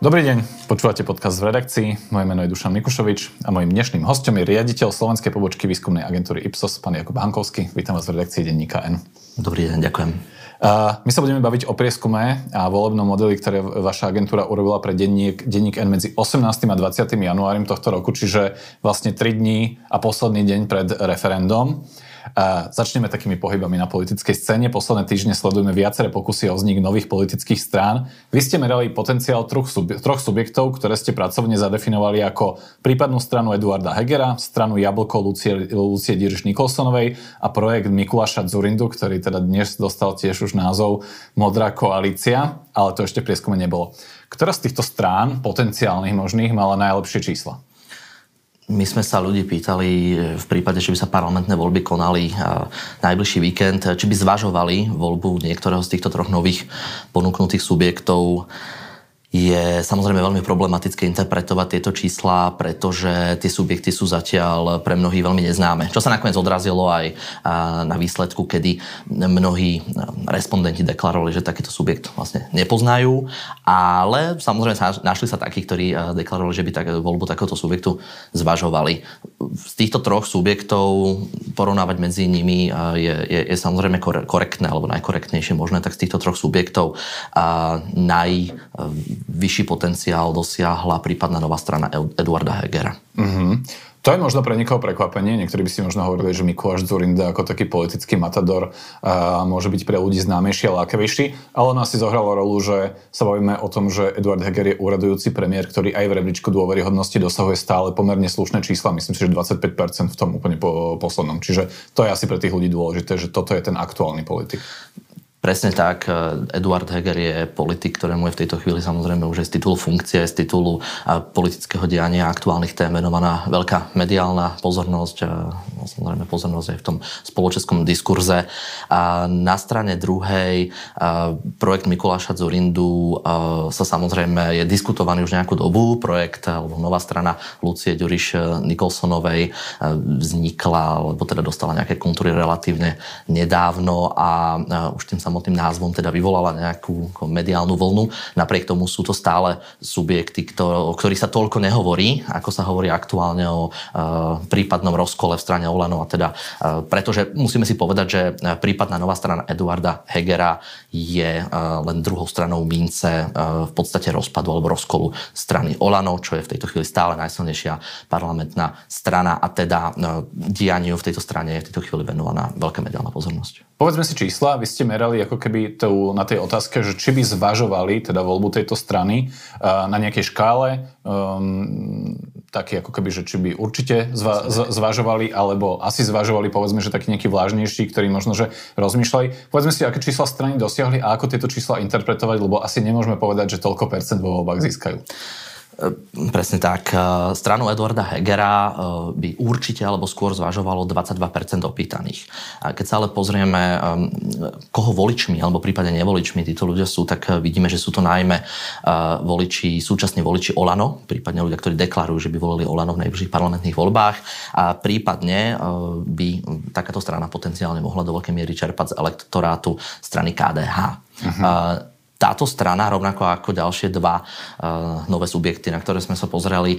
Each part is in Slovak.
Dobrý deň, počúvate podcast v redakcii. Moje meno je Dušan Mikušovič a mojím dnešným hostom je riaditeľ slovenskej pobočky výskumnej agentúry Ipsos, pán Jakub Hankovský. Vítam vás v redakcii denníka N. Dobrý deň, ďakujem. My sa budeme baviť o prieskume a volebnom modeli, ktoré vaša agentúra urobila pre denník N medzi 18. a 20. januárom tohto roku, čiže vlastne 3 dní a posledný deň pred referendum. Začneme takými pohybami na politickej scéne. Posledné týždne sledujeme viaceré pokusy o vznik nových politických strán. Vy ste merali potenciál troch subjektov, ktoré ste pracovne zadefinovali ako prípadnú stranu Eduarda Hegera, stranu Jablko Lucie Dirš-Nikolsonovej a projekt Mikuláša Dzurindu, ktorý teda dnes dostal tiež už názov Modrá koalícia, ale to ešte v prieskume nebolo. Ktorá z týchto strán, potenciálnych možných, mala najlepšie čísla? My sme sa ľudí pýtali v prípade, že by sa parlamentné voľby konali najbližší víkend, či by zvažovali voľbu niektorého z týchto troch nových ponúknutých subjektov. Je samozrejme veľmi problematické interpretovať tieto čísla, pretože tie subjekty sú zatiaľ pre mnohých veľmi neznáme. Čo sa nakoniec odrazilo aj na výsledku, kedy mnohí respondenti deklarovali, že takýto subjekt vlastne nepoznajú, ale samozrejme našli sa takí, ktorí deklarovali, že by voľbu takéhoto subjektu zvažovali. Z týchto troch subjektov porovnávať medzi nimi je samozrejme korektné alebo najkorektnejšie možné, tak z týchto troch subjektov vyšší potenciál dosiahla prípadná nová strana Eduarda Hegera. To je možno pre niekoho prekvapenie. Niektorí by si možno hovorili, že Mikuláš Dzurinda ako taký politický matador môže byť pre ľudí známejší a lákavejší, ale ono asi zohralo rolu, že sa bavíme o tom, že Eduard Heger je úradujúci premiér, ktorý aj v rebríčku dôveryhodnosti dosahuje stále pomerne slušné čísla. Myslím si, že 25% v tom úplne poslednom. Čiže to je asi pre tých ľudí dôležité, že toto je ten aktuálny politik. Presne tak. Eduard Heger je politik, ktorému je v tejto chvíli samozrejme už aj z titulu funkcie, z titulu politického diania aktuálnych tém venovaná veľká mediálna pozornosť, samozrejme pozornosť aj v tom spoločenskom diskurze. Na strane druhej projekt Mikuláša Dzurindu sa samozrejme je diskutovaný už nejakú dobu. Projekt alebo nová strana Lucie Dirš-Nikolsonovej vznikla, alebo teda dostala nejaké kontúry relatívne nedávno a už tým samotným názvom teda vyvolala nejakú mediálnu vlnu. Napriek tomu sú to stále subjekty, o ktorých sa toľko nehovorí, ako sa hovorí aktuálne o prípadnom rozkole v strane Olano. A teda, pretože musíme si povedať, že prípadná nová strana Eduarda Hegera je len druhou stranou mince v podstate rozpadu alebo rozkolu strany Olano, čo je v tejto chvíli stále najsilnejšia parlamentná strana a teda dianiu v tejto strane je v tejto chvíli venovaná veľká mediálna pozornosť. Povedzme si čísla, vy ste merali ako keby na tej otázke, že či by zvažovali teda voľbu tejto strany na nejakej škále, taký ako keby, že či by určite zvažovali, alebo asi zvažovali, povedzme, že taký nejaký vlážnejší, ktorí možno, že rozmýšľali. Povedzme si, aké čísla strany dosiahli a ako tieto čísla interpretovať, lebo asi nemôžeme povedať, že toľko percent vo voľbách získajú. Presne tak. Stranu Eduarda Hegera by určite alebo skôr zvažovalo 22% opýtaných. Keď sa ale pozrieme, koho voličmi alebo prípadne nevoličmi títo ľudia sú, tak vidíme, že sú to najmä súčasní voliči Olano, prípadne ľudia, ktorí deklarujú, že by volili Olano v najbližších parlamentných voľbách a prípadne by takáto strana potenciálne mohla do veľkej miery čerpať z elektorátu strany KDH. Táto strana, rovnako ako ďalšie dva nové subjekty, na ktoré sme sa pozreli,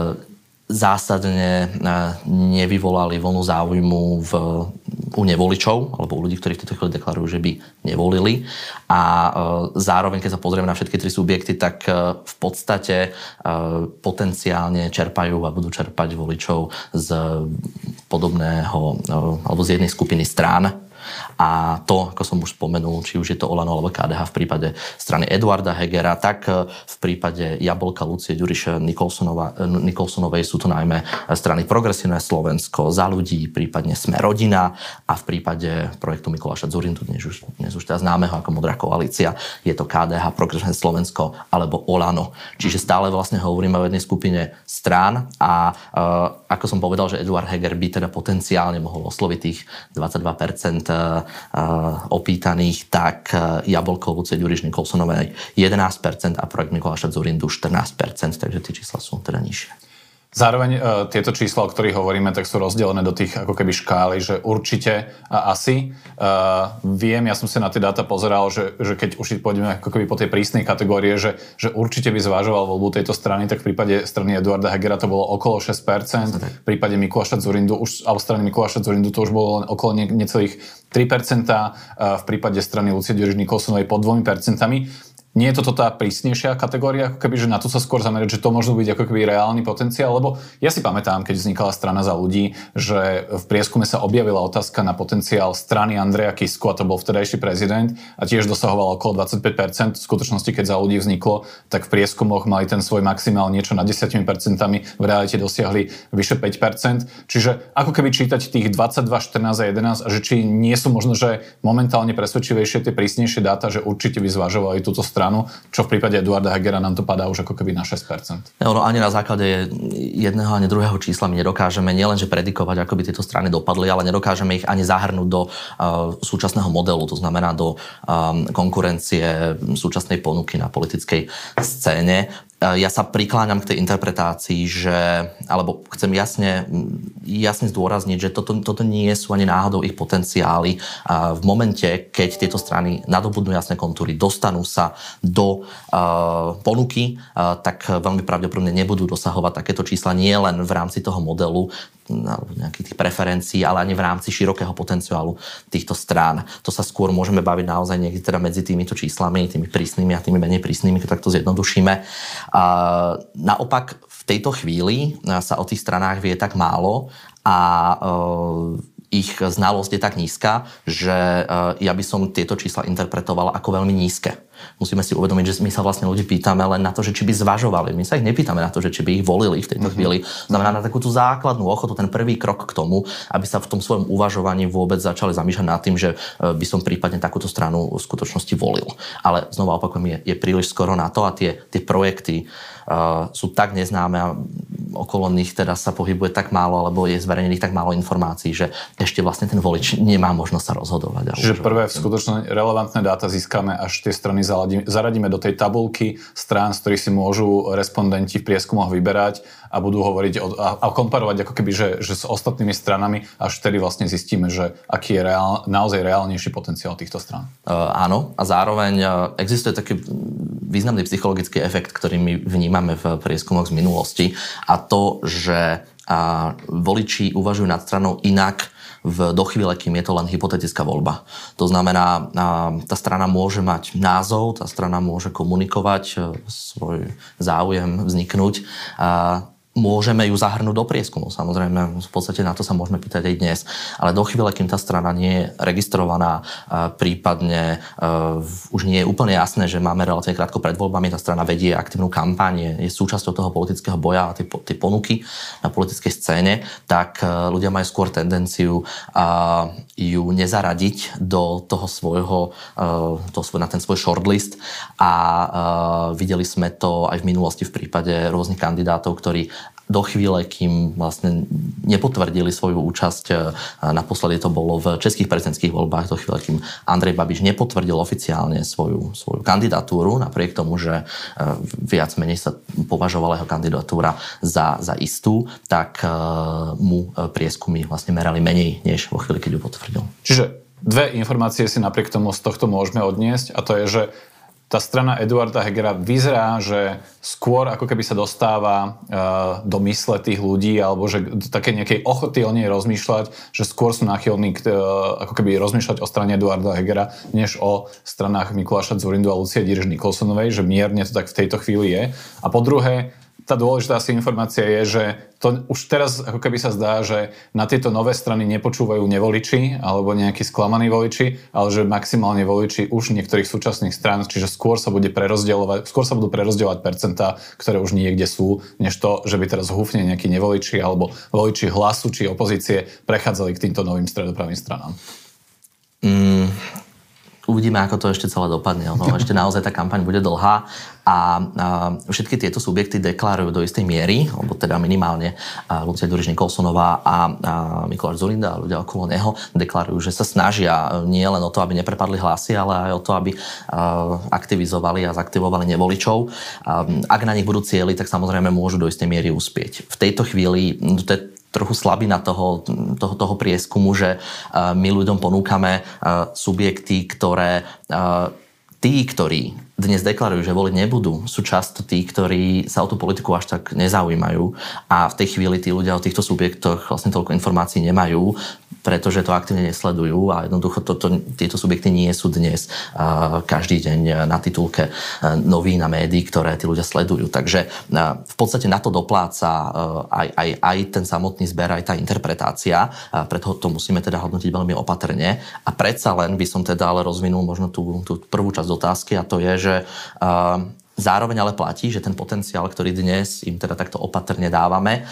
zásadne nevyvolali vlnu záujmu u nevoličov, alebo u ľudí, ktorí v tejto chvíli deklarujú, že by nevolili. A zároveň, keď sa pozrieme na všetky tri subjekty, tak v podstate potenciálne čerpajú a budú čerpať voličov z podobného, alebo z jednej skupiny strán. A to, ako som už spomenul, či už je to Olano alebo KDH v prípade strany Eduarda Hegera, tak v prípade Jablka Lucie Dirš-Nikolsonovej sú to najmä strany Progresívne Slovensko, Za ľudí, prípadne Sme rodina a v prípade projektu Mikuláša Dzurindu, dnes už teda známeho ako Modrá koalícia, je to KDH, Progresívne Slovensko alebo Olano. Čiže stále vlastne hovoríme o jednej skupine strán a ako som povedal, že Eduard Heger by teda potenciálne mohol osloviť tých 22% opýtaných, tak Jablko Lucie Dirš-Nikolsonovej 11% a projekt Mikuláša Dzurindu 14%, takže tie čísla sú teda nižšie. Zároveň tieto čísla, o ktorých hovoríme, tak sú rozdelené do tých ako keby škály, že určite a asi. Viem, ja som sa na tie dáta pozeral, že keď už pôjdeme ako keby po tej prísnej kategórie, že určite by zvážoval voľbu tejto strany, tak v prípade strany Eduarda Hegera to bolo okolo 6%, v prípade Mikuláša Dzurindu, alebo strany Mikuláša Dzurindu to už bolo len okolo necelých 3%, v prípade strany Lucie Ďuriš-Nikolsonovej pod 2%. Nie je toto tá prísnejšia kategória, ako keby, že na to sa skôr zamerať, že to možno byť ako keby reálny potenciál, lebo ja si pamätám, keď vznikala strana Za ľudí, že v prieskume sa objavila otázka na potenciál strany Andreja Kisku, a to bol vtedajší prezident, a tiež dosahoval okolo 25%. V skutočnosti, keď Za ľudí vzniklo, tak v prieskumoch mali ten svoj maximál niečo na 10%, v realite dosiahli vyše 5%. Čiže ako keby čítať tých 22, 14 a 11 a že či nie sú možno, že momentálne presvedčivejšie tie prísnejšie dáta, že určite by zvažovali túto stranu, čo v prípade Eduarda Hegera nám to padá už ako keby na 6%. Ono ani na základe jedného, ani druhého čísla my nedokážeme nielenže predikovať, ako by tieto strany dopadli, ale nedokážeme ich ani zahrnúť do súčasného modelu, to znamená do konkurencie súčasnej ponuky na politickej scéne. Ja sa prikláňam k tej interpretácii, alebo chcem jasne zdôrazniť, že toto nie sú ani náhodou ich potenciály. V momente, keď tieto strany nadobudnú jasné kontúry, dostanú sa do ponuky, tak veľmi pravdepodobne nebudú dosahovať takéto čísla nie len v rámci toho modelu, alebo nejakých tých preferencií, ale ani v rámci širokého potenciálu týchto strán. To sa skôr môžeme baviť naozaj niekde teda medzi týmito číslami, tými prísnymi a tými menej prísnymi, keď takto zjednodušíme. Naopak v tejto chvíli sa o tých stranách vie tak málo a ich znalosť je tak nízka, že ja by som tieto čísla interpretoval ako veľmi nízke. Musíme si uvedomiť, že my sa vlastne ľudí pýtame len na to, že či by zvažovali. My sa ich nepýtame na to, že či by ich volili v tejto chvíli. Znamená na takú tú základnú ochotu, ten prvý krok k tomu, aby sa v tom svojom uvažovaní vôbec začali zamýšľať nad tým, že by som prípadne takúto stranu v skutočnosti volil. Ale znova opakujem, je príliš skoro na to a tie projekty sú tak neznáme a okolo nich teda sa pohybuje tak málo, alebo je zverejnených tak málo informácií, že ešte vlastne ten volič nemá možnosť sa rozhodovať. Čiže prvé skutočne relevantné dáta získame, až tie strany zaradíme do tej tabulky strán, z ktorých si môžu respondenti v prieskumoch vyberať a budú hovoriť a komparovať ako keby, že s ostatnými stranami, až vtedy vlastne zistíme, že aký je naozaj reálnejší potenciál týchto strán. Áno, a zároveň existuje taký významný psychologický efekt, ktorý my vnímame v prieskumoch z minulosti, a to, že voliči uvažujú nad stranou inak do chvíle, kým je to len hypotetická voľba. To znamená, tá strana môže mať názov, tá strana môže komunikovať, svoj záujem vzniknúť. Môžeme ju zahrnúť do prieskumu. Samozrejme, v podstate na to sa môžeme pýtať aj dnes. Ale do chvíle, kým tá strana nie je registrovaná, prípadne už nie je úplne jasné, že máme relatívne krátko pred voľbami, tá strana vedie aktívnu kampaň, je súčasťou toho politického boja a tej ponuky na politickej scéne, tak ľudia majú skôr tendenciu ju nezaradiť do toho svojho, na ten svoj shortlist. A videli sme to aj v minulosti v prípade rôznych kandidátov, ktorí do chvíle, kým vlastne nepotvrdili svoju účasť, naposledy to bolo v českých prezidentských voľbách, do chvíle, kým Andrej Babiš nepotvrdil oficiálne svoju kandidatúru, napriek tomu, že viac menej sa považovala jeho kandidatúra za istú, tak mu prieskumy vlastne merali menej, než vo chvíli, keď ju potvrdil. Čiže dve informácie si napriek tomu z tohto môžeme odniesť, a to je, že tá strana Eduarda Hegera vyzerá, že skôr ako keby sa dostáva do mysle tých ľudí, alebo že také nejakej ochoty o nej rozmýšľať, že skôr sú náchylní ako keby rozmýšľať o strane Eduarda Hegera, než o stranách Mikuláša Dzurindu a Lucie Ďuriš-Nikolsonovej, že mierne to tak v tejto chvíli je. A po druhé, tá dôležitá asi informácia je, že to už teraz ako keby sa zdá, že na tieto nové strany nepočúvajú nevoliči alebo nejakí sklamaní voliči, ale že maximálne voliči už niektorých súčasných strán, čiže skôr sa budú prerozdeľovať percentá, ktoré už niekde sú, než to, že by teraz húfne nejakí nevoliči alebo voliči Hlasu či opozície prechádzali k týmto novým stredopravým stranám. Uvidíme, ako to ešte celé dopadne. Ešte naozaj tá kampaň bude dlhá a všetky tieto subjekty deklarujú do istej miery, alebo teda minimálne Lucia Ďuriš-Nikolsonová a Mikuláš Dzurinda a ľudia okolo neho deklarujú, že sa snažia nie len o to, aby neprepadli hlasy, ale aj o to, aby aktivizovali a zaktivovali nevoličov. Ak na nich budú cieliť, tak samozrejme môžu do istej miery uspieť. V tejto chvíli to je trochu slabina toho prieskumu, že my ľuďom ponúkame subjekty, ktoré tí, ktorí dnes deklarujú, že voliť nebudú, sú často tí, ktorí sa o tú politiku až tak nezaujímajú a v tej chvíli tí ľudia o týchto subjektoch vlastne toľko informácií nemajú, pretože to aktívne nesledujú a jednoducho tieto subjekty nie sú dnes každý deň na titulke novín a médií, ktoré tí ľudia sledujú. Takže v podstate na to dopláca aj ten samotný zber, aj tá interpretácia, preto to musíme teda hodnotiť veľmi opatrne a predsa len by som teda ale rozvinul možno tú prvú časť otázky a to je, že zároveň ale platí, že ten potenciál, ktorý dnes im teda takto opatrne dávame,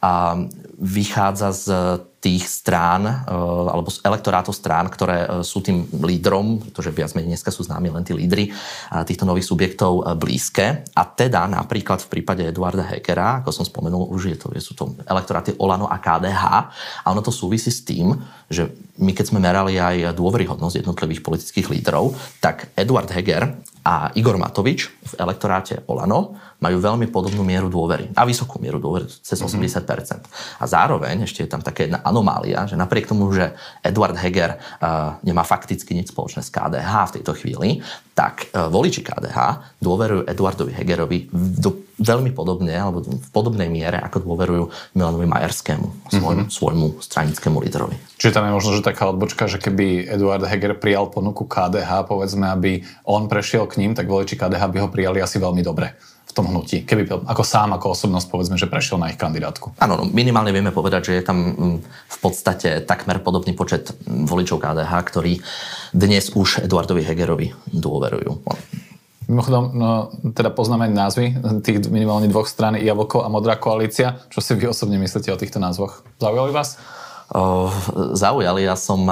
vychádza z tých strán, alebo z elektorátov strán, ktoré sú tým lídrom, pretože viac menej dneska sú známi len tí lídri týchto nových subjektov blízke. A teda napríklad v prípade Eduarda Hegera, ako som spomenul, už sú to elektoráty Olano a KDH. A ono to súvisí s tým, že my keď sme merali aj dôveryhodnosť jednotlivých politických lídrov, tak Eduard Heger a Igor Matovič v elektoráte Olano majú veľmi podobnú mieru dôvery. A vysokú mieru dôvery, cez 80%. A zároveň ešte je tam taká jedna anomália, že napriek tomu, že Eduard Heger nemá fakticky nič spoločné s KDH v tejto chvíli, tak voliči KDH dôverujú Eduardovi Hegerovi veľmi podobne, alebo v podobnej miere, ako dôverujú Milanovi Majerskému, svojmu stranickému líderovi. Čiže tam je možno, že taká odbočka, že keby Eduard Heger prijal ponuku KDH, povedzme, aby on prešiel k ním, tak voliči KDH by ho prijali asi veľmi dobre v tom hnutí. Keby ako sám, ako osobnosť, povedzme, že prešiel na ich kandidátku. Áno, minimálne vieme povedať, že je tam v podstate takmer podobný počet voličov KDH, ktorí dnes už Eduardovi Hegerovi dôverujú. Mimochodom, teda poznáme názvy tých minimálne dvoch strán, Jablko a Modrá koalícia. Čo si vy osobne myslíte o týchto názvoch? Zaujali vás? Zaujali,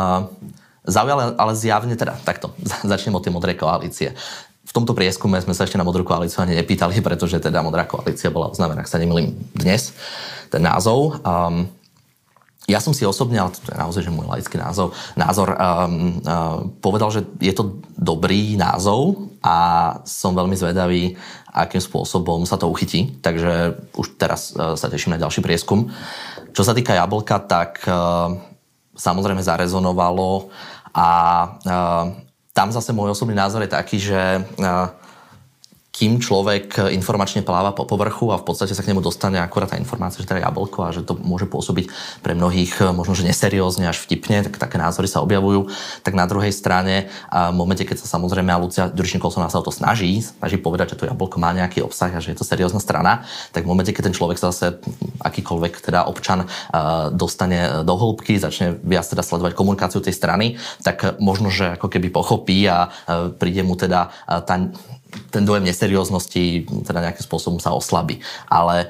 ale zjavne teda takto. Začnem od tej Modrej koalície. V tomto prieskume sme sa ešte na Modrú koalíciu ani nepýtali, pretože teda Modrá koalícia bola oznámená, ak sa nemýlim, dnes, ten názov. Ja som si osobne, ale to je naozaj že môj laický názor, povedal, že je to dobrý názov a som veľmi zvedavý, akým spôsobom sa to uchytí. Takže už teraz sa teším na ďalší prieskum. Čo sa týka Jablka, tak samozrejme zarezonovalo a tam zase môj osobný názor je taký, že kým človek informačne pláva po povrchu a v podstate sa k nemu dostane akurát tá informácia, že teda jablko a že to môže pôsobiť pre mnohých možno, že neseriózne až vtipne, tak také názory sa objavujú. Tak na druhej strane, v momente, keď sa samozrejme Lucia Ďuriš-Nikolsonová sa o to snaží povedať, že to jablko má nejaký obsah a že je to seriózna strana, tak v momente, keď ten človek sa zase, akýkoľvek teda občan, dostane do hĺbky, začne viac teda sledovať komunikáciu tej strany, tak možno, že ako keby pochopí a príde mu teda ten dojem neserióznosti teda nejakým spôsobom sa oslabí. Ale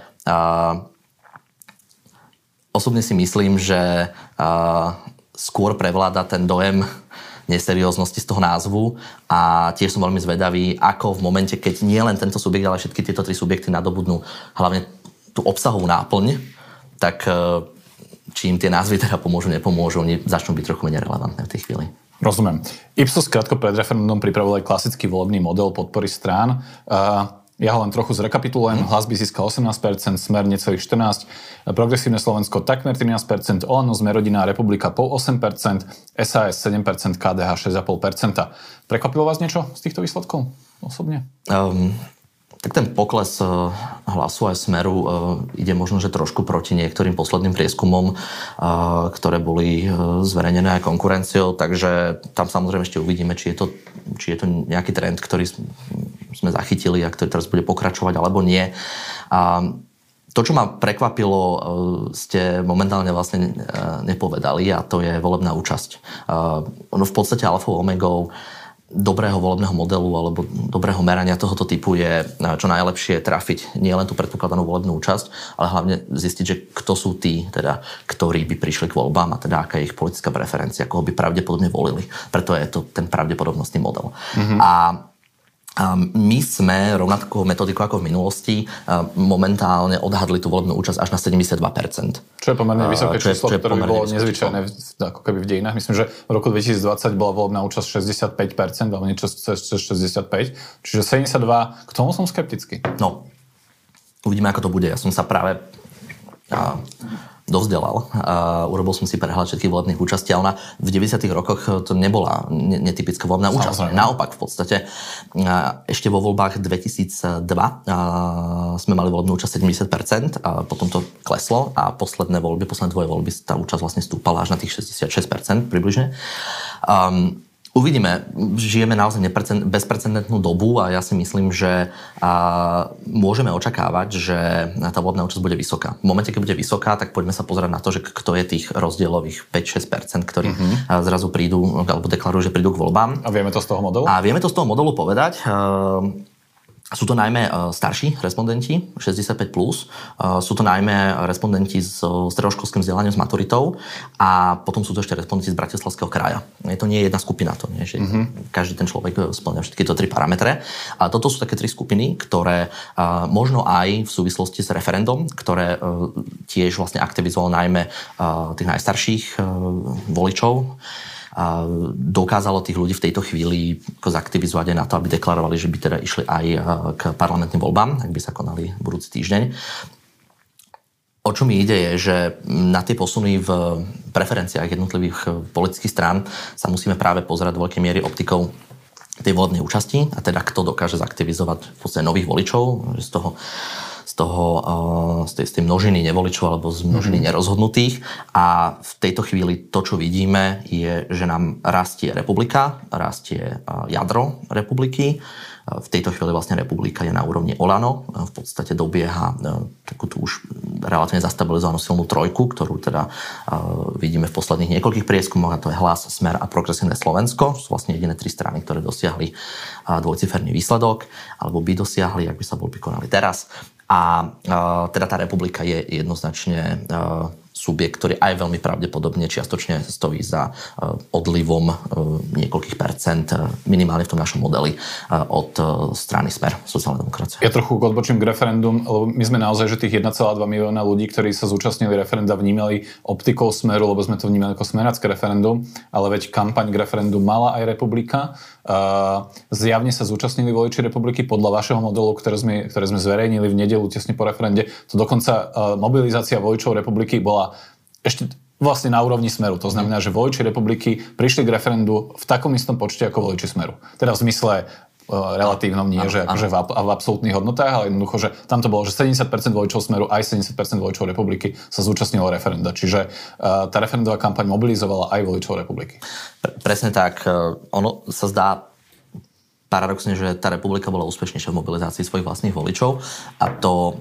osobne si myslím, že skôr prevláda ten dojem neserióznosti z toho názvu a tiež som veľmi zvedavý, ako v momente, keď nie len tento subjekt, ale všetky tieto tri subjekty nadobudnú hlavne tú obsahovú náplň, tak či im tie názvy teda pomôžu, nepomôžu, oni začnú byť trochu menej relevantné v tej chvíli. Rozumiem. Ipsos krátko pred referendum pripravil aj klasický volebný model podpory strán. Ja ho len trochu zrekapitulujem. Hlas by získal 18%, Smer necelých 14%, Progresívne Slovensko takmer 13%, Olano, Smer-Rodina, Republika po 8%, SAS 7%, KDH 6,5%. Prekvapilo vás niečo z týchto výsledkov osobne? Tak ten pokles Hlasu aj Smeru ide možno, že trošku proti niektorým posledným prieskumom, ktoré boli zverejnené aj konkurenciou, takže tam samozrejme ešte uvidíme, či je to nejaký trend, ktorý sme zachytili a ktorý teraz bude pokračovať, alebo nie. To, čo ma prekvapilo, ste momentálne vlastne nepovedali a to je volebná účasť. Ono v podstate alfou omegou dobrého volebného modelu alebo dobrého merania tohoto typu je čo najlepšie trafiť nielen tú predpokladanú volebnú účasť, ale hlavne zistiť, že kto sú tí, teda, ktorí by prišli k voľbám a teda aká je ich politická preferencia, koho by pravdepodobne volili. Preto je to ten pravdepodobnostný model. A my sme rovnako metodikou ako v minulosti momentálne odhadli tú volebnú účasť až na 72%. Čo je pomerne vysoké číslo, ktoré by bolo nezvyčajné ako keby v dejinách. Myslím, že v roku 2020 bola volebná účasť 65%, alebo niečo cez 65%. Čiže 72%, k tomu som skeptický. No, uvidíme, ako to bude. Ja som sa práve dovzdelal. Urobil som si prehľad všetkých volebných účastí, ale v 90. rokoch to nebola netypická volebná účasť. Naopak v podstate ešte vo voľbách 2002 sme mali volebnú účasť 70%, a potom to kleslo a posledné dvoje voľby tá účasť vlastne stúpala až na tých 66% približne. Uvidíme, žijeme naozaj bezprecedentnú dobu a ja si myslím, že môžeme očakávať, že tá volebná účasť bude vysoká. V momente, keď bude vysoká, tak poďme sa pozerať na to, že kto je tých rozdielových 5-6%, ktorí zrazu prídu, alebo deklarujú, že prídu k voľbám. A vieme to z toho modelu? A vieme to z toho modelu povedať. Sú to najmä starší respondenti, 65+, sú to najmä respondenti s stredoškolským vzdelaním s maturitou a potom sú to ešte respondenti z Bratislavského kraja. To nie je jedna skupina, to nie, že každý ten človek spĺňa všetky tie 3 parametre. A toto sú také 3 skupiny, ktoré možno aj v súvislosti s referendum, ktoré tiež vlastne aktivizovalo najmä tých najstarších voličov, dokázalo tých ľudí v tejto chvíli zaktivizovať aj na to, aby deklarovali, že by teda išli aj k parlamentným voľbám, ak by sa konali budúci týždeň. O čo mi ide je, že na tie posuny v preferenciách jednotlivých politických strán sa musíme práve pozerať do veľkej miery optikou tej volebnej účasti a teda kto dokáže zaktivizovať v podstate nových voličov, že z tej množiny nevoličov alebo z množiny nerozhodnutých. A v tejto chvíli to, čo vidíme, je, že nám rastie republika, rastie jadro republiky. V tejto chvíli vlastne republika je na úrovni Olano. V podstate dobieha takú tú už relatívne zastabilizovanú silnú trojku, ktorú teda vidíme v posledných niekoľkých prieskumoch, a to je Hlas, Smer a Progresívne Slovensko. Sú vlastne jediné 3 strany, ktoré dosiahli dvojciferný výsledok, alebo by dosiahli, ak by sa voľby konali teraz. A teda tá republika je jednoznačne subjekt, ktorý aj veľmi pravdepodobne čiastočne stojí za odlivom niekoľkých percent, minimálne v tom našom modeli, od strany Smer, sociálna demokracia. Ja trochu odbočím k referendum, lebo my sme naozaj, že tých 1,2 milióna ľudí, ktorí sa zúčastnili referenda, vnímali optikou Smeru, lebo sme to vnímali ako smerácké referendum, ale veď kampaň k referendum mala aj republika. Zjavne sa zúčastnili voliči republiky podľa vašeho modelu, ktoré sme zverejnili v nedeľu tesne po referende. To dokonca mobilizácia voličov republiky bola ešte vlastne na úrovni Smeru. To znamená, že voliči republiky prišli k referendu v takom istom počte ako voliči Smeru. Teda v zmysle relatívnom nie, že akože v absolútnych hodnotách, ale jednoducho, že tam to bolo, že 70% voličov Smeru aj 70% voličov republiky sa zúčastnilo referenda. Čiže tá referendová kampaň mobilizovala aj voličov republiky. Presne tak. Ono sa zdá paradoxne, že tá republika bola úspešnejšia v mobilizácii svojich vlastných voličov a to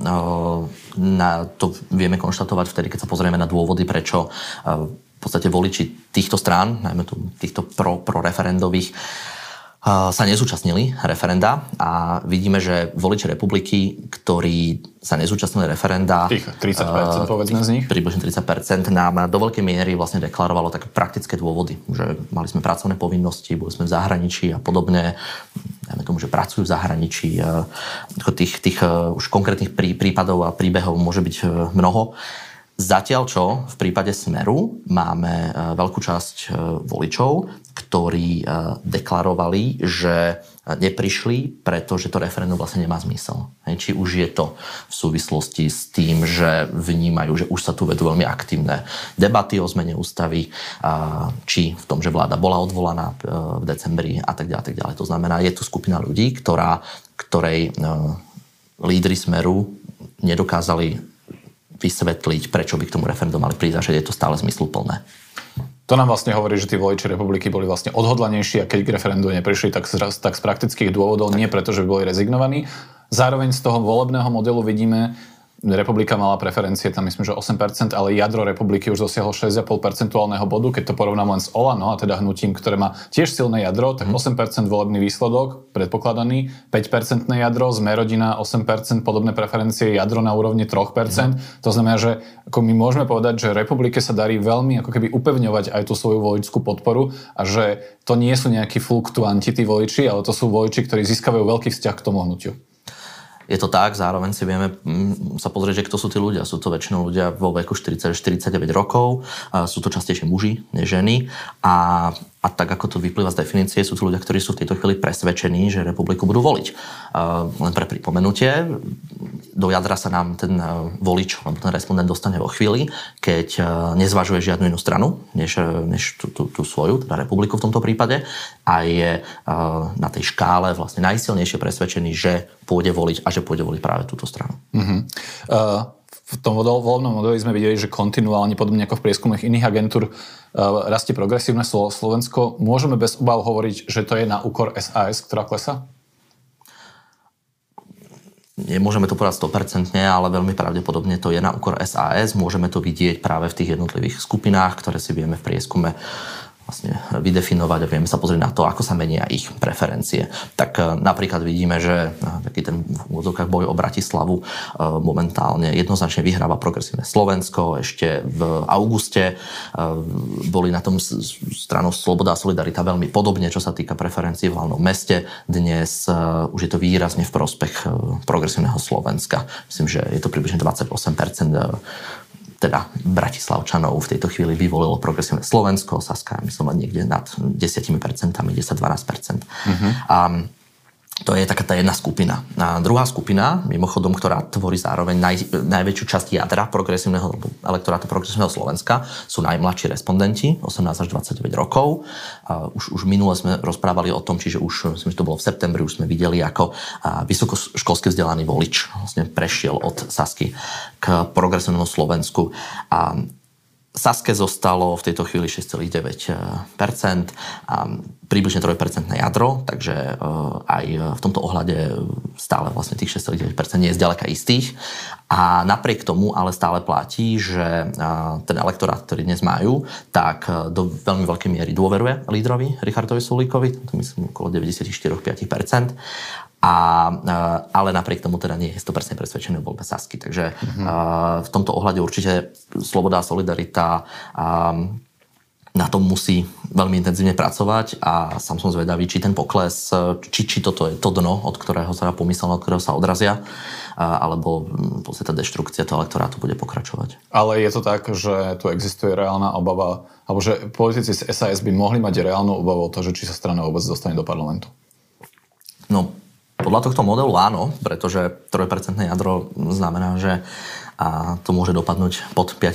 vieme konštatovať vtedy, keď sa pozrieme na dôvody, prečo v podstate voliči týchto strán, najmä týchto proreferendových, sa nezúčastnili referenda a vidíme, že voliči republiky, ktorí sa nezúčastnili referenda... Tých 30% povedzme z nich. Približne 30% nám do veľkej miery vlastne deklarovalo také praktické dôvody, že mali sme pracovné povinnosti, boli sme v zahraničí a podobne. Dajme tomu, že pracujú v zahraničí. Tých už konkrétnych prípadov a príbehov môže byť mnoho. Zatiaľ čo v prípade Smeru máme veľkú časť voličov, ktorí deklarovali, že neprišli, pretože to referendum vlastne nemá zmysel. Či už je to v súvislosti s tým, že vnímajú, že už sa tu vedú veľmi aktívne debaty o zmene ústavy, či v tom, že vláda bola odvolaná v decembri a tak ďalej. To znamená, je tu skupina ľudí, ktorej lídri Smeru nedokázali vysvetliť, prečo by k tomu referendum mali prísť a že je to stále zmysluplné. To nám vlastne hovorí, že tí voliči republiky boli vlastne odhodlanejší a keď k referendu neprišli, tak z praktických dôvodov, nie preto, že by boli rezignovaní. Zároveň z toho volebného modelu vidíme, Republika mala preferencie, tam myslím, že 8%, ale jadro Republiky už dosiahlo 6,5% bodu, keď to porovnám len s Olano, a teda hnutím, ktoré má tiež silné jadro, tak 8% volebný výsledok, predpokladaný, 5% jadro, Smer-rodina 8%, podobné preferencie, jadro na úrovni 3%. To znamená, že ako my môžeme povedať, že Republike sa darí veľmi ako keby upevňovať aj tú svoju voličskú podporu a že to nie sú nejakí fluktuanti tí voliči, ale to sú voliči, ktorí získavajú veľký vzťah k tomu hnutiu. Je to tak, zároveň si vieme sa pozrieť, že kto sú tí ľudia. Sú to väčšinou ľudia vo veku 40-49 rokov, sú to častejšie muži, než ženy a tak, ako to vyplýva z definície, sú to ľudia, ktorí sú v tejto chvíli presvedčení, že Republiku budú voliť. Len pre pripomenutie, do jadra sa nám ten volič, alebo ten respondent dostane vo chvíli, keď nezvažuje žiadnu inú stranu, než tú svoju, teda Republiku v tomto prípade, a je na tej škále vlastne najsilnejšie presvedčený, že pôjde voliť a že pôjde voliť práve túto stranu. V tom voľbnom modeli sme videli, že kontinuálne, podobne ako v prieskumoch iných agentúr, rastie progresívne Slovensko. Môžeme bez obav hovoriť, že to je na úkor SAS, ktorá klesá? Nemôžeme to povedať 100%, ale veľmi pravdepodobne to je na úkor SAS. Môžeme to vidieť práve v tých jednotlivých skupinách, ktoré si vieme v prieskume vlastne vydefinovať a vieme sa pozrieť na to, ako sa menia ich preferencie. Tak napríklad vidíme, že taký ten v úvodzovkách boj o Bratislavu momentálne jednoznačne vyhráva progresívne Slovensko. Ešte v auguste boli na tom stranou Sloboda a Solidarita veľmi podobne, čo sa týka preferencií v hlavnom meste. Dnes už je to výrazne v prospech progresívneho Slovenska. Myslím, že je to približne 28%. Teda Bratislavčanov v tejto chvíli vyvolilo progresívne Slovensko, Saska, myslím, niekde nad 10%, 10-12%. A to je taká tá jedna skupina. A druhá skupina, mimochodom, ktorá tvorí zároveň najväčšiu časť jadra progresívneho elektorátu progresívneho Slovenska, sú najmladší respondenti, 18 až 29 rokov. Už minule sme rozprávali o tom, čiže už, myslím, že to bolo v septembri, už sme videli, ako vysokoškolsky vzdelaný volič vlastne prešiel od Sasky k progresívnemu Slovensku. A Saske zostalo v tejto chvíli 6,9%, a približne 3% jadro, takže aj v tomto ohľade stále vlastne tých 6,9% nie je zďaleka istých. A napriek tomu ale stále platí, že ten elektorát, ktorý dnes majú, tak do veľmi veľkej miery dôveruje lídrovi Richardovi Sulíkovi, to myslím okolo 94,5%. Ale napriek tomu teda nie je 100% presvedčený o voľbe Sasky. Takže v tomto ohľade určite Sloboda a Solidarita na tom musí veľmi intenzívne pracovať a sám som zvedavý, či ten pokles, či toto je to dno, od ktorého sa pomyslel, od ktorého sa odrazia, alebo tá deštrukcia toho elektorátu bude pokračovať. Ale je to tak, že tu existuje reálna obava, alebo že politici z SAS by mohli mať reálnu obavu o to, že či sa strana vôbec dostane do parlamentu? No, podľa tohto modelu áno, pretože 3% jadro znamená, že to môže dopadnúť pod 5%.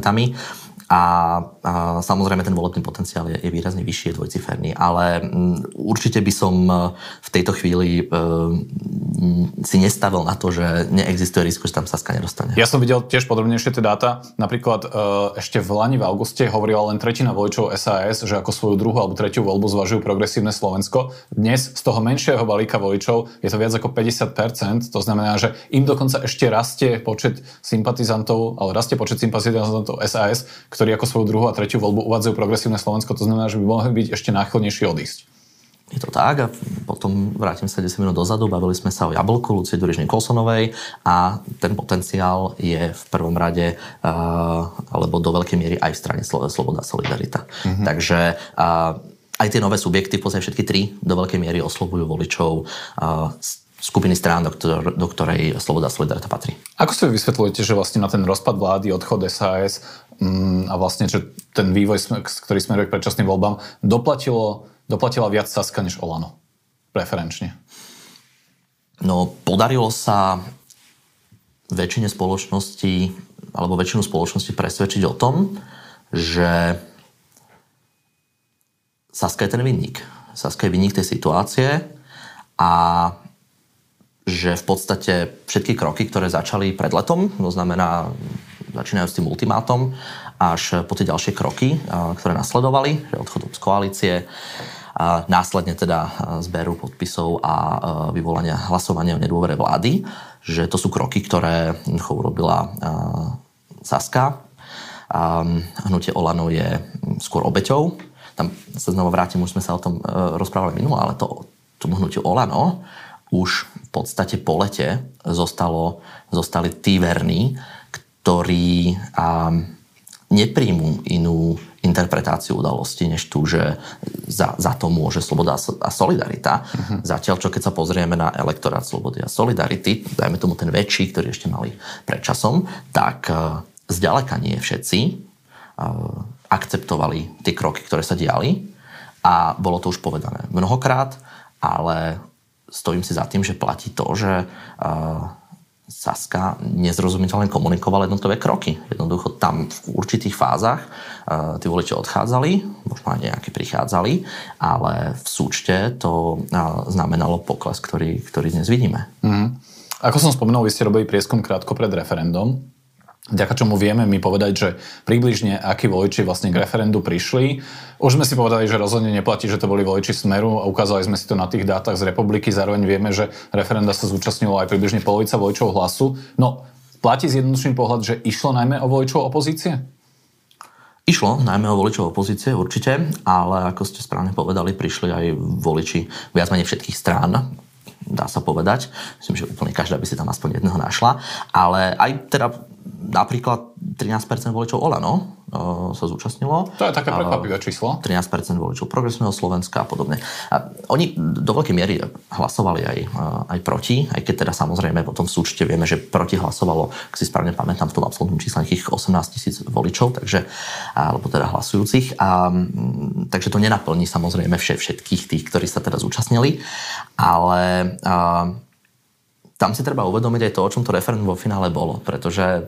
A samozrejme ten volebný potenciál je výrazne vyšší, je dvojciferný, ale určite by som v tejto chvíli si nestavil na to, že neexistuje riziko, že tam Saska nedostane. Ja som videl tiež podrobnejšie tie dáta. Napríklad ešte v lani v auguste hovorila len tretina voličov SAS, že ako svoju druhú alebo tretiu voľbu zvažujú progresívne Slovensko. Dnes z toho menšieho balíka voličov je to viac ako 50%, to znamená, že im dokonca ešte rastie počet sympatizantov SAS, ktorí ako svoju druhú a tretiu voľbu uvádzajú progresívne Slovensko, to znamená, že by mohli byť ešte náchylnejší odísť. Je to tak a potom vrátim sa 10 minút dozadu, bavili sme sa o Jablku Lucie Ďuriš-Nikolsonovej a ten potenciál je v prvom rade alebo do veľkej miery aj v strane Sloboda a Solidarita. Takže aj tie nové subjekty, v podstate všetky tri do veľkej miery oslovujú voličov skupiny strán, do ktorej Sloboda a Solidarita patrí. Ako si vysvetľujete, že vlastne na ten rozpad vlády, odchod SAS a vlastne, že ten vývoj, ktorý smeruje k predčasným voľbám, doplatila viac Saska než Olano? Preferenčne. No, podarilo sa väčšine spoločnosti, alebo väčšinu spoločnosti presvedčiť o tom, že Saska je ten vinník. Saska je vinník tej situácie a že v podstate všetky kroky, ktoré začali pred letom, to znamená začínajú s tým ultimátom, až po tie ďalšie kroky, ktoré nasledovali, že odchodom z koalície následne teda zberu podpisov a vyvolania hlasovania o nedôvere vlády, že to sú kroky, ktoré urobila Saska. Hnutie Olano je skôr obeťou. Tam sa znova vrátim, už sme sa o tom rozprávali minule, ale tomu hnutiu Olano už v podstate po lete zostali tí verní, ktorí nepríjmu inú interpretáciu udalosti, než tú, že za to môže Sloboda a Solidarita. Zatiaľ, čo keď sa pozrieme na elektorát Slobody a Solidarity, dajme tomu ten väčší, ktorý ešte mali pred časom, tak zďaleka nie všetci akceptovali tie kroky, ktoré sa diali a bolo to už povedané mnohokrát, ale stojím si za tým, že platí to, že Saska nezrozumiteľne komunikovala jednotlivé kroky. Jednoducho tam v určitých fázach tí voliči odchádzali, možno aj nejaké prichádzali, ale v súčte to znamenalo pokles, ktorý dnes vidíme. Ako som spomenul, vy ste robili prieskum krátko pred referendum. Vďaka čomu vieme my povedať, že približne akí voliči vlastne k referendu prišli. Už sme si povedali, že rozhodne neplatí, že to boli voliči Smeru a ukázali sme si to na tých dátach z Republiky. Zároveň vieme, že referenda sa zúčastnilo aj približne polovica voličov Hlasu. No, platí zjednodušený pohľad, že išlo najmä o voličov opozície? Išlo najmä o voličov opozície, určite, ale ako ste správne povedali, prišli aj voliči viac menej všetkých strán, dá sa povedať. Myslím, že úplne každá by si tam aspoň jedného našla. Ale aj teda napríklad 13% voličov Olano sa zúčastnilo. To je také prekvapivé číslo. 13% voličov Progresívneho Slovenska a podobne. A oni do veľkej miery hlasovali aj proti, aj keď teda samozrejme potom v súčte vieme, že proti hlasovalo, ak si správne pamätám, v tom absolútnom čísle nejakých 18 000 voličov, takže, alebo teda hlasujúcich. Takže to nenaplní samozrejme všetkých tých, ktorí sa teda zúčastnili, ale tam si treba uvedomiť aj to, o čom to referendum vo finále bolo, pretože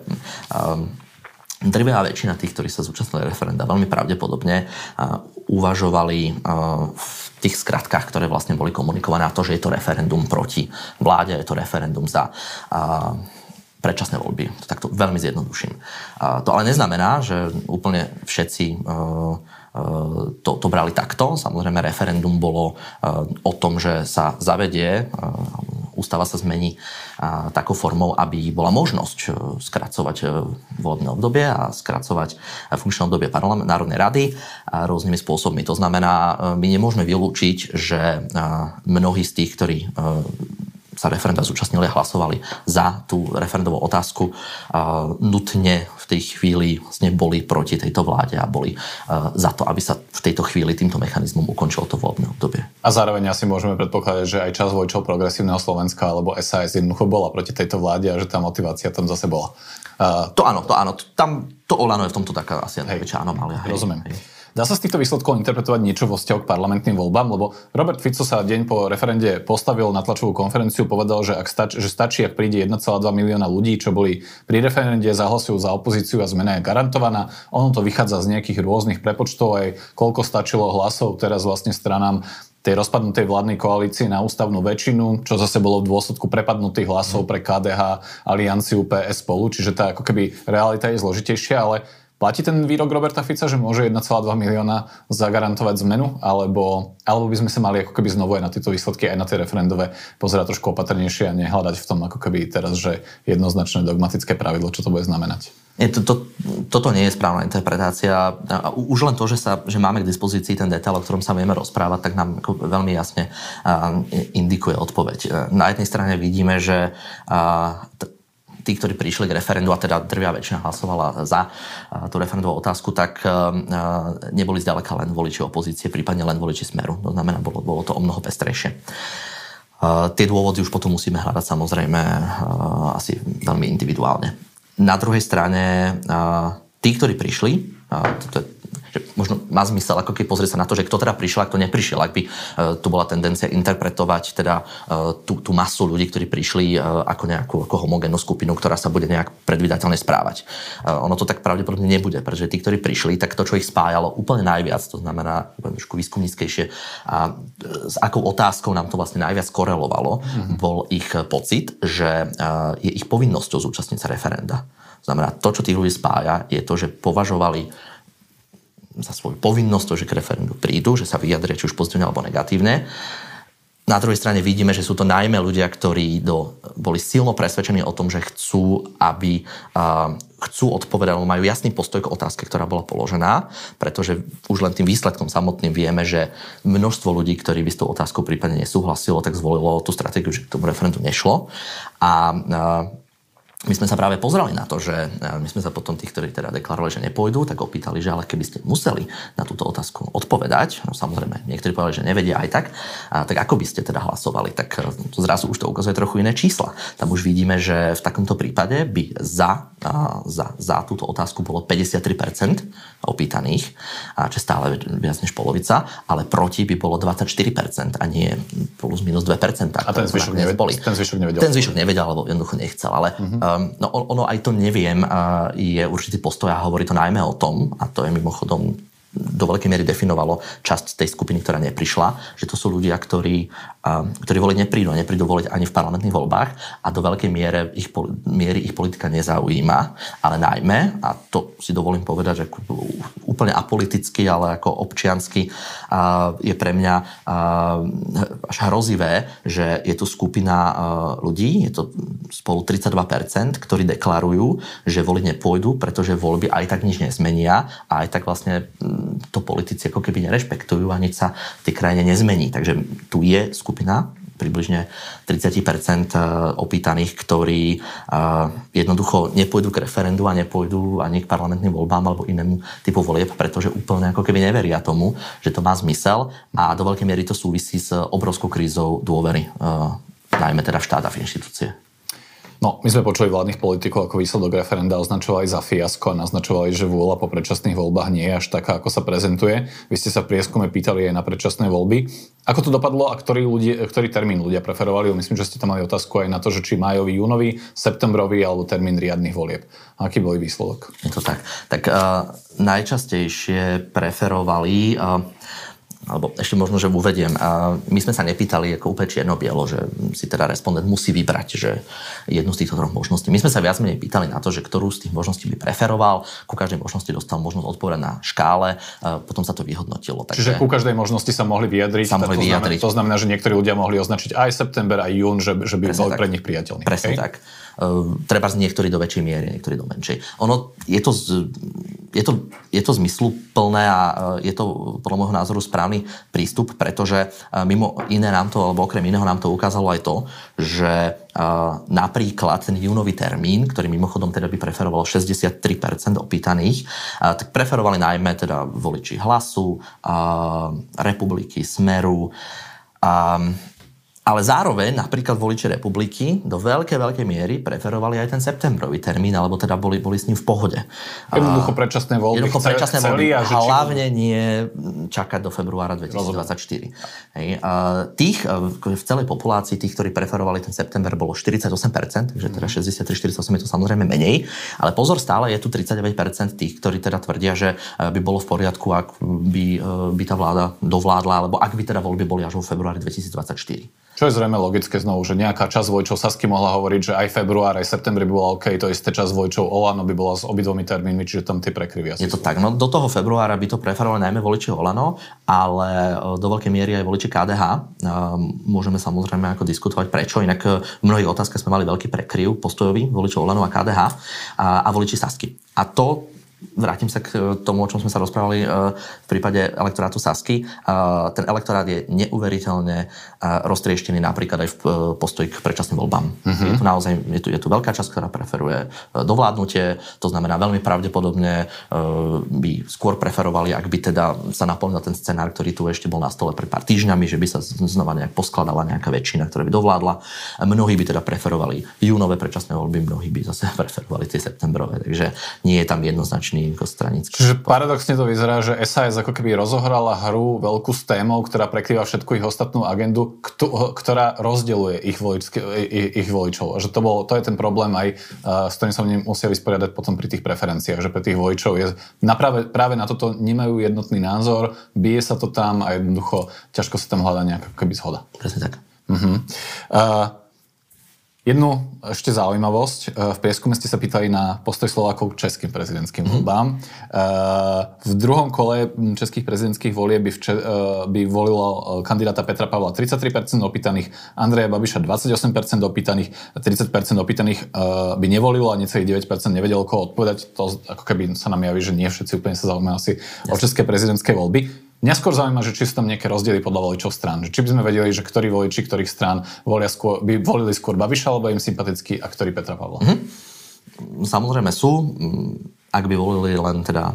drvivá väčšina tých, ktorí sa zúčastnili referenda, veľmi pravdepodobne uvažovali v tých skratkách, ktoré vlastne boli komunikované, a to, že je to referendum proti vláde, je to referendum za predčasné voľby. To takto veľmi zjednoduším. To ale neznamená, že úplne všetci to brali takto. Samozrejme, referendum bolo o tom, že sa zavedie, ústava sa zmení takou formou, aby bola možnosť skracovať volebné obdobie a skracovať funkčné obdobie Národnej rady rôznymi spôsobmi. To znamená, my nemôžeme vylúčiť, že mnohí z tých, ktorí sa referenda zúčastnili a hlasovali za tú referendovú otázku, nutne v tej chvíli vlastne boli proti tejto vláde a boli za to, aby sa v tejto chvíli týmto mechanizmom ukončilo to voľbné obdobie. A zároveň asi môžeme predpokladať, že aj časť voličov Progresívneho Slovenska alebo SAS jednoducho bola proti tejto vláde a že tá motivácia tam zase bola. To áno. Tam to Olano je v tomto taká asi najväčšia anomália. Rozumiem. Dá sa z týchto výsledkov interpretovať niečo vo vzťahu k parlamentným voľbám? Lebo Robert Fico sa deň po referende postavil na tlačovú konferenciu, povedal, že stačí, ak príde 1,2 milióna ľudí, čo boli pri referende, zahlasujú za opozíciu a zmena je garantovaná. Ono to vychádza z nejakých rôznych prepočtov, aj koľko stačilo hlasov teraz vlastne stranám tej rozpadnutej vládnej koalície na ústavnú väčšinu, čo zase bolo v dôsledku prepadnutých hlasov pre KDH, Alianciu, PS spolu, čiže tá ako keby realita je zložitejšia, ale platí ten výrok Roberta Fica, že môže 1,2 milióna zagarantovať zmenu? Alebo by sme sa mali ako keby znovu aj na tieto výsledky, aj na tie referendové pozerať trošku opatrnejšie a nehľadať v tom ako keby teraz, že jednoznačné dogmatické pravidlo, čo to bude znamenať? Toto nie je správna interpretácia. Už len to, že máme k dispozícii ten detail, o ktorom sa vieme rozprávať, tak nám veľmi jasne indikuje odpoveď. Na jednej strane vidíme, že tí, ktorí prišli k referendu, a teda drvivá väčšina hlasovala za tú referendovú otázku, tak neboli zďaleka len voliči opozície, prípadne len voliči Smeru. To znamená, bolo to o mnoho pestrejšie. Tie dôvody už potom musíme hľadať samozrejme asi veľmi individuálne. Na druhej strane, tí, ktorí prišli, že možno má zmysel ako keď pozrieť sa na to, že kto teda prišiel a kto neprišiel. Ak by tu bola tendencia interpretovať teda tú masu ľudí, ktorí prišli ako homogénnu skupinu, ktorá sa bude nejak predvídateľne správať. Ono to tak pravdepodobne nebude, pretože tí, ktorí prišli, tak to, čo ich spájalo úplne najviac, to znamená trošku výskumníckejšie, a s akou otázkou nám to vlastne najviac korelovalo, bol ich pocit, že je ich povinnosťou zúčastniť sa referenda. To znamená, to, čo tých ľudí spája, je to, že považovali za svoju povinnosť, to, že k referendu prídu, že sa vyjadria či už pozitívne alebo negatívne. Na druhej strane vidíme, že sú to najmä ľudia, ktorí boli silno presvedčení o tom, že chcú odpovedať, alebo majú jasný postoj k otázke, ktorá bola položená, pretože už len tým výsledkom samotným vieme, že množstvo ľudí, ktorí by s tou otázkou prípadne nesúhlasilo, tak zvolilo tú stratégiu, že k tomu referendu nešlo. A my sme sa práve pozerali na to, že my sme sa potom tých, ktorí teda deklarovali, že nepôjdu, tak opýtali, že ale keby ste museli na túto otázku odpovedať, no samozrejme, niektorí povedali, že nevedia aj tak, tak ako by ste teda hlasovali, tak zrazu už to ukazuje trochu iné čísla. Tam už vidíme, že v takomto prípade by za túto otázku bolo 53% opýtaných, čo je stále viac než polovica, ale proti by bolo 24% a nie plus minus 2%. A ten zvyšok nevedel? Ten zvyšok nevedel, alebo jednoducho nechcel, ale no ono aj to neviem, je určitý postoj a hovorí to najmä o tom, a to je mimochodom do veľkej miery definovalo časť tej skupiny, ktorá neprišla, že to sú ľudia, ktorí voliť neprídu voliť ani v parlamentných voľbách a do veľkej miery ich politika nezaujíma, ale najmä, a to si dovolím povedať, že úplne apoliticky, ale ako občiansky je pre mňa až hrozivé, že je tu skupina ľudí, je to spolu 32%, ktorí deklarujú, že voliť nepôjdu, pretože voľby aj tak nič nezmenia a aj tak vlastne to politici ako keby nerešpektujú a nič sa v tej krajine nezmení. Takže tu je skupina približne 30% opýtaných, ktorí jednoducho nepôjdu k referendu a nepôjdu ani k parlamentným voľbám alebo inému typu volieb, pretože úplne ako keby neveria tomu, že to má zmysel a do veľkej miery to súvisí s obrovskou krízou dôvery, najmä teda v štát a v inštitúcie. No, my sme počuli vládnych politikov, ako výsledok referenda označovali za fiasko a naznačovali, že vôľa po predčasných voľbách nie je až taká, ako sa prezentuje. Vy ste sa v prieskume pýtali aj na predčasné voľby. Ako to dopadlo a ktorý termín ľudia preferovali? Myslím, že ste tam mali otázku aj na to, že či májový, júnový, septembrový alebo termín riadnych volieb. Aký bol výsledok? Je to tak. Tak najčastejšie preferovali alebo ešte možno, že uvediem. My sme sa nepýtali ako úplne čierno-bielo, že si teda respondent musí vybrať, že jednu z týchto troch možností. My sme sa viac menej pýtali na to, že ktorú z tých možností by preferoval. Ku každej možnosti dostal možnosť odpovedať na škále, potom sa to vyhodnotilo. Čiže ku každej možnosti sa mohli vyjadriť. To znamená, že niektorí ľudia mohli označiť aj september, aj jún, že by boli pre nich priateľní. Presne tak. Treba z niektorí do väčšej miery, niektorí do menšej. Ono je to zmysluplné a je to podľa môjho názoru správny prístup, pretože mimo iné nám to, alebo okrem iného nám to ukázalo aj to, že napríklad ten júnový termín, ktorý mimochodom teda by preferovalo 63% opýtaných, tak preferovali najmä teda voliči Hlasu, Republiky, Smeru, ale zároveň napríklad voliči Republiky do veľkej miery preferovali aj ten septembrový termín, alebo teda boli s ním v pohode. Jednoducho predčasné voľby chceli a hlavne nie čakať do februára 2024. Hej. Tých v celej populácii, tých, ktorí preferovali ten september, bolo 48%, takže teda 63-48 je to samozrejme menej, ale pozor, stále je tu 39% tých, ktorí teda tvrdia, že by bolo v poriadku, ak by tá vláda dovládla, alebo ak by teda voľby boli až vo februári 2024. Čo je zrejme logické znovu, že nejaká časť voličov Sasky mohla hovoriť, že aj február, aj september by bola OK, to isté časť voličov Olano by bola s obidvomi termínmi, čiže tam tie prekryvy asi je to tak, no do toho februára by to preferovali najmä voliči Olano, ale do veľkej miery aj voliči KDH. Môžeme samozrejme ako diskutovať prečo, inak v mnohých otázkach sme mali veľký prekryv postojový voličov Olano a KDH a voliči Sasky. A to vrátim sa k tomu, o čom sme sa rozprávali v prípade elektorátu Sasky. Ten elektorát je neuveriteľne roztrieštený napríklad aj v postoji k predčasným voľbám. Je tu naozaj je tu veľká časť, ktorá preferuje dovládnutie, to znamená veľmi pravdepodobne by skôr preferovali, ak by teda sa naplnil ten scenár, ktorý tu ešte bol na stole pred pár týždňami, že by sa znova nejak poskladala nejaká väčšina, ktorá by dovládla. Mnohí by teda preferovali júnové predčasné voľby, mnohí by zase preferovali tie septembrové, takže nie je tam jednoznačný stranický. Čiže paradoxne to vyzerá, že SAS ako keby rozohrala hru veľkú s témou, ktorá prekrýva všetku ich ostatnú agendu, ktorá rozdeľuje ich voličov. A že to je ten problém aj, s ktorým sa musia vysporiadať potom pri tých preferenciách, že pre tých voličov je práve na toto nemajú jednotný názor, bije sa to tam a jednoducho ťažko sa tam hľadá nejaká keby zhoda. Presne tak. Jednu ešte zaujímavosť. V prieskume ste sa pýtali na postoj Slovákov k českým prezidentským voľbám. V druhom kole českých prezidentských volieb by volilo kandidáta Petra Pavla 33% opýtaných, Andreja Babiša 28% opýtaných, 30% opýtaných by nevolilo a necelých 9% nevedelo koho odpovedať. To ako keby sa nám javí, že nie všetci úplne sa zaujímajú asi o české prezidentské voľby. Mňa skôr zaujíma, že či sú tam nejaké rozdiely podľa voličov strán. Či by sme vedeli, že ktorí voliči ktorých strán by volili skôr Babiša, alebo im sympatický a ktorý Petra Pavla. Samozrejme sú. Ak by volili len teda,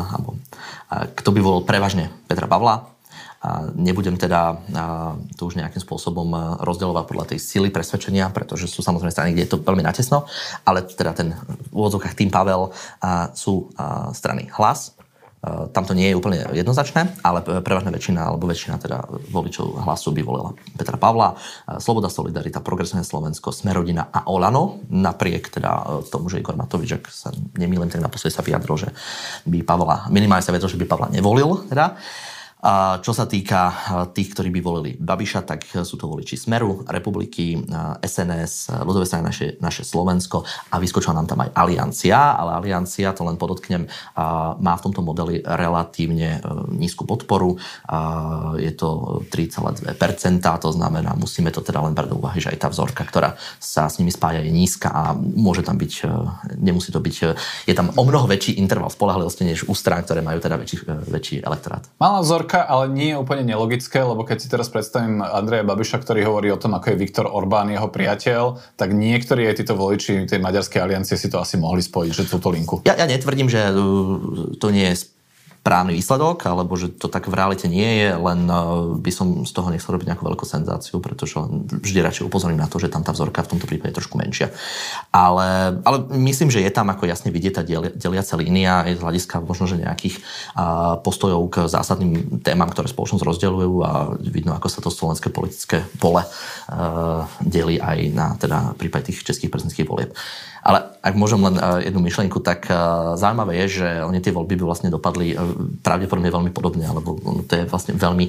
kto by volil prevažne Petra Pavla, nebudem teda to už nejakým spôsobom rozdielovať podľa tej sily presvedčenia, pretože sú samozrejme strany, kde je to veľmi natesno, ale teda ten v úvodzovkách tým Pavel sú strany Hlas. Tam to nie je úplne jednoznačné, ale prevažná väčšina, alebo väčšina teda voličov Hlasu by volila Petra Pavla, Sloboda, Solidarita, Progresívne Slovensko, Smer-rodina a Olano. Napriek teda tomu, že Igor Matovič, ak sa nemýlim, tak naposledy sa vyjadril, že by Pavla, minimálne sa vyjadril, že by Pavla nevolil teda. A čo sa týka tých, ktorí by volili Babiša, tak sú to voliči Smeru, Republiky, SNS, ľudové strany naše Slovensko a vyskočila nám tam aj Aliancia, ale Aliancia, to len podotknem, má v tomto modeli relatívne nízku podporu. Je to 3,2%, to znamená, musíme to teda len brať do úvahy, že aj tá vzorka, ktorá sa s nimi spája, je nízka a môže tam byť, nemusí to byť, je tam o mnoho väčší interval spolahlivosti než u strán, ktoré majú teda väčší elektorát. Malá vzorka, ale nie je úplne nelogické, lebo keď si teraz predstavím Andreja Babiša, ktorý hovorí o tom, ako je Viktor Orbán jeho priateľ, tak niektorí aj títo voliči tej maďarskej aliancie si to asi mohli spojiť, že túto linku. Ja netvrdím, že to nie je správny výsledok, alebo že to tak v realite nie je, len by som z toho nechcel robiť nejakú veľkú senzáciu, pretože vždy radšej upozorním na to, že tam tá vzorka v tomto prípade je trošku menšia. Ale myslím, že je tam ako jasne vidieť tá deliaca línia aj z hľadiska možno, že nejakých postojov k zásadným témam, ktoré spoločnosť rozdeľujú a vidno, ako sa to slovenské politické pole delí aj na teda prípade tých českých prezidentských volieb. Ale ak môžem len jednu myšlienku, tak zaujímavé je, že oni tie voľby by vlastne dopadli pravdepodobne veľmi podobne, alebo to je vlastne veľmi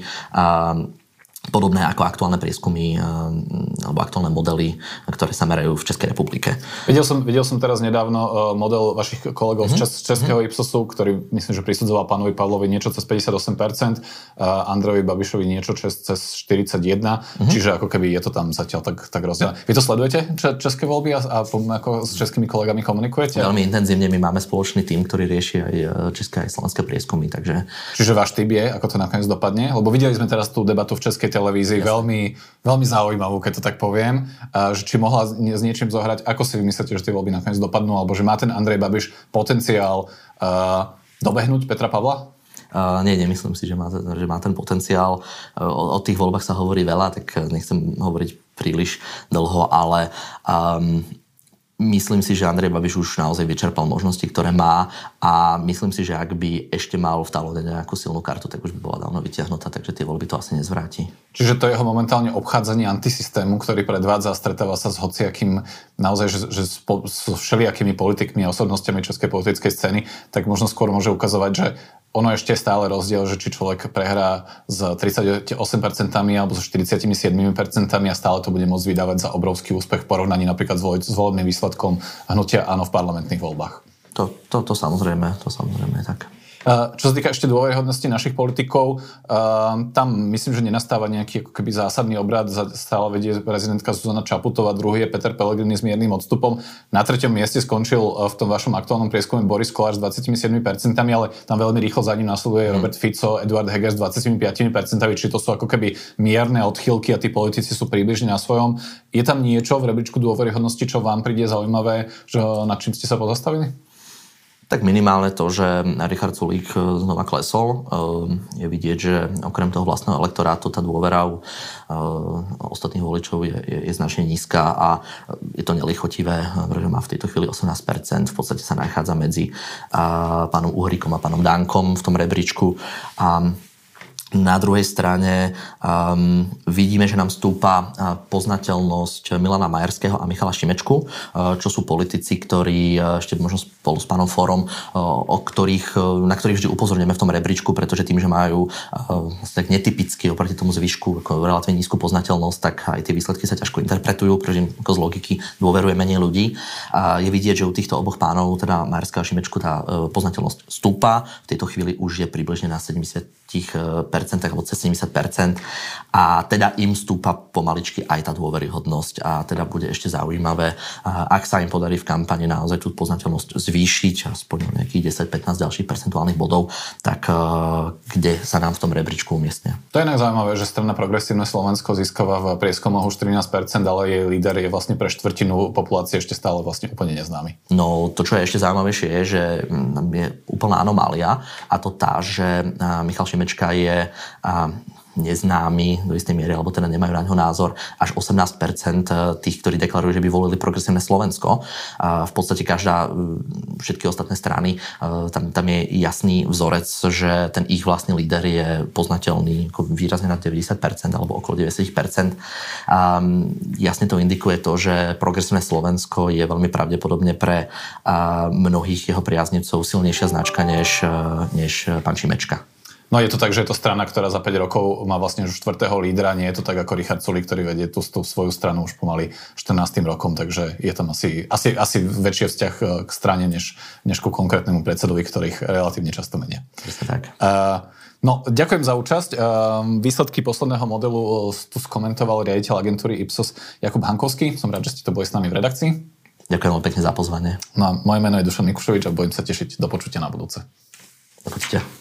podobné ako aktuálne prieskumy alebo aktuálne modely, ktoré sa merajú v Českej republike. Videl som teraz nedávno model vašich kolegov z českého Ipsosu, ktorý myslím, že prisudzoval pánovi Pavlovi niečo cez 58%, Andrejovi Babišovi niečo cez 41%, čiže ako keby je to tam zatiaľ tak rozdelené. Vy to sledujete, české voľby a ako s českými kolegami komunikujete? Veľmi intenzívne, my máme spoločný tím, ktorý rieši aj české aj slovenské prieskumy, takže... Čiže váš tip je, ako to nakoniec dopadne? Lebo videli sme teraz tú debatu v českej televízii, veľmi, veľmi zaujímavú, keď to tak poviem, že či mohla s niečím zohrať, ako si vymyslíte, že tie voľby nakoniec dopadnú, alebo že má ten Andrej Babiš potenciál dobehnúť Petra Pavla? Nie, nemyslím si, že má ten potenciál. O tých voľbách sa hovorí veľa, tak nechcem hovoriť príliš dlho, ale myslím si, že Andrej Babiš už naozaj vyčerpal možnosti, ktoré má a myslím si, že ak by ešte mal v talóne nejakú silnú kartu, tak už by bola dávno vyťahnutá, takže tie voľby to asi nezvráti. Čiže to jeho momentálne obchádzanie antisystému, ktorý predvádza a stretáva sa s hociakým, naozaj, že s všelijakými politikmi a osobnostiami českej politickej scény, tak možno skôr môže ukazovať, že ono ešte je stále rozdiel, že či človek prehrá s 38% alebo so 47% a stále to bude môcť vydávať za obrovský úspech v porovnaní napríklad s volebným výsledkom hnutia áno v parlamentných voľbách. To samozrejme je tak. Čo sa týka ešte dôveryhodnosti našich politikov, tam myslím, že nenastáva nejaký ako keby zásadný obrad. Stále vedie prezidentka Zuzana Čaputová, druhý je Peter Pellegrini s miernym odstupom. Na 3. mieste skončil v tom vašom aktuálnom prieskume Boris Kolář s 27%, ale tam veľmi rýchlo za ním nasleduje Robert Fico, Eduard Heger s 25%, či to sú ako keby mierne odchýlky a tí politici sú približne na svojom. Je tam niečo v rebríčku dôveryhodnosti, čo vám príde zaujímavé, že nad čím ste sa pozastavili? Tak minimálne to, že Richard Sulík znova klesol. Je vidieť, že okrem toho vlastného elektorátu tá dôvera u ostatných voličov je značne nízka a je to nelichotivé, pretože má v tejto chvíli 18%. V podstate sa nachádza medzi pánom Uhríkom a pánom Dankom v tom rebríčku. A Na druhej strane vidíme, že nám stúpa poznateľnosť Milana Majerského a Michala Šimečku, čo sú politici, ktorí ešte možno spolu s pánom Fórom, na ktorých vždy upozorňujeme v tom rebríčku, pretože tým, že majú tak netypicky oproti tomu zvyšku relatívne nízku poznateľnosť, tak aj tie výsledky sa ťažko interpretujú, pretože ako z logiky dôveruje menej ľudí. Je vidieť, že u týchto oboch pánov, teda Majerského a Šimečku, tá poznateľnosť stúpa. V tejto chvíli už je približne na 70% alebo cez 70%, a teda im stúpa pomaličky aj tá dôveryhodnosť, a teda bude ešte zaujímavé, ak sa im podarí v kampani naozaj tú poznateľnosť zvýšiť aspoň o nejakých 10-15 ďalších percentuálnych bodov, tak kde sa nám v tom rebríčku umiestnia. To je najzaujímavé, že strana Progresívne Slovensko získava v prieskumoch už 13%, ale jej líder je vlastne pre štvrtinu populácie ešte stále vlastne úplne neznámy. No, to, čo je ešte zaujímavejšie, je, že je úplná anomália, a to tá, že Michal Šimečka je neznámy do istej miery, alebo teda nemajú na ňo názor až 18% tých, ktorí deklarujú, že by volili Progresívne Slovensko. V podstate všetky ostatné strany, tam je jasný vzorec, že ten ich vlastný líder je poznateľný výrazne na 90% alebo okolo 90%. Jasne to indikuje to, že Progresívne Slovensko je veľmi pravdepodobne pre mnohých jeho priaznivcov silnejšia značka než pán Šimečka. No je to tak, že je to strana, ktorá za 5 rokov má vlastne už 4. lídra, nie je to tak ako Richard Sulík, ktorý vedie tú svoju stranu už pomaly 14. rokom, takže je tam asi väčší vzťah k strane, než ku konkrétnemu predsedovi, ktorých relatívne často menia. Presne tak. No, ďakujem za účasť. Výsledky posledného modelu tu skomentoval riaditeľ agentúry Ipsos Jakub Hankovský. Som rád, že ste to boli s nami v redakcii. Ďakujem veľmi pekne za pozvanie. No a moje meno je Dušan Mikušovič a budem sa tešiť do počutia na budúce. Do počutia.